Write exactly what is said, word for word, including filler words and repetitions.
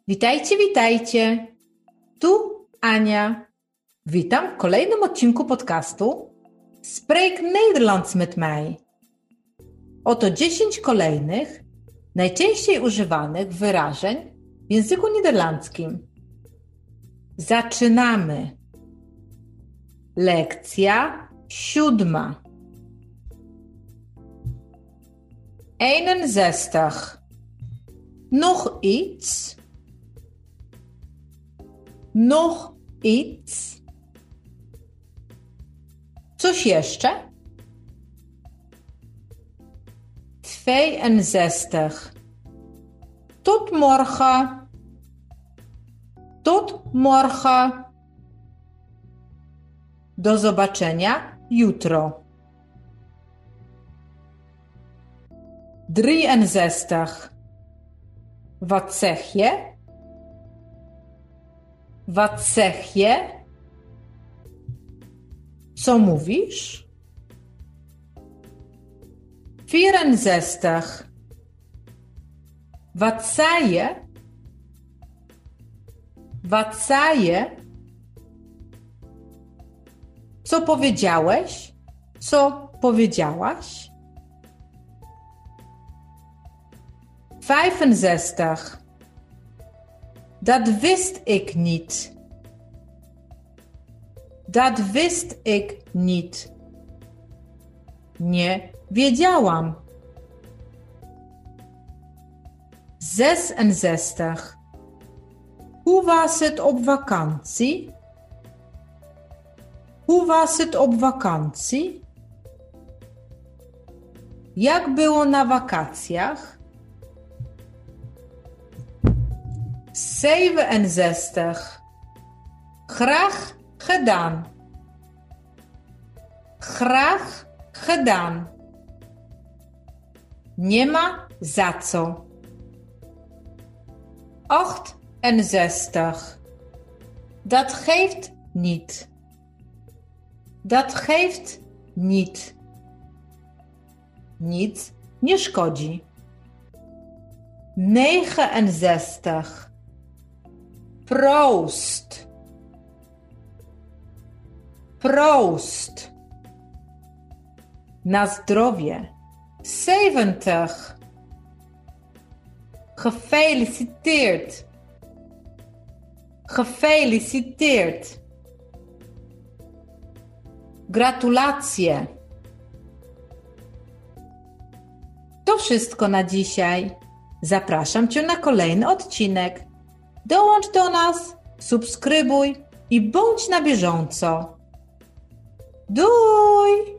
Witajcie, witajcie. Tu Ania. Witam w kolejnym odcinku podcastu Spreek Nederlands met mij. Oto dziesięć kolejnych, najczęściej używanych wyrażeń w języku niderlandzkim. Zaczynamy. Lekcja siódma. eenenzestig. Nog iets? Nog iets? Coś jeszcze? tweeënzestig. Tot morgen. Tot morgen. Do zobaczenia jutro. drieënzestig. Wat zeg je? Wat zeg je? Co mówisz? vierenzestig. Wat zei je? Wat zei je? Co powiedziałeś? Co powiedziałaś? vijfenzestig. Dat wist ik niet. Dat wist ik niet. Nie wiedziałam. zesenzestig. Hoe was het op vakantie? Hoe was het op vakantie? Jak było na wakacjach? zevenenzestig. Graag gedaan. Graag gedaan. Nie ma za co. achtenzestig. Dat geeft niet. Dat geeft niet. Nic nie szkodzi. negenenzestig. Proost. Proost. Na zdrowie. zeventig. Gefeliciteerd. Gefeliciteerd. Gratulacje. To wszystko na dzisiaj. Zapraszam Cię na kolejny odcinek. Dołącz do nas, subskrybuj i bądź na bieżąco. Doei!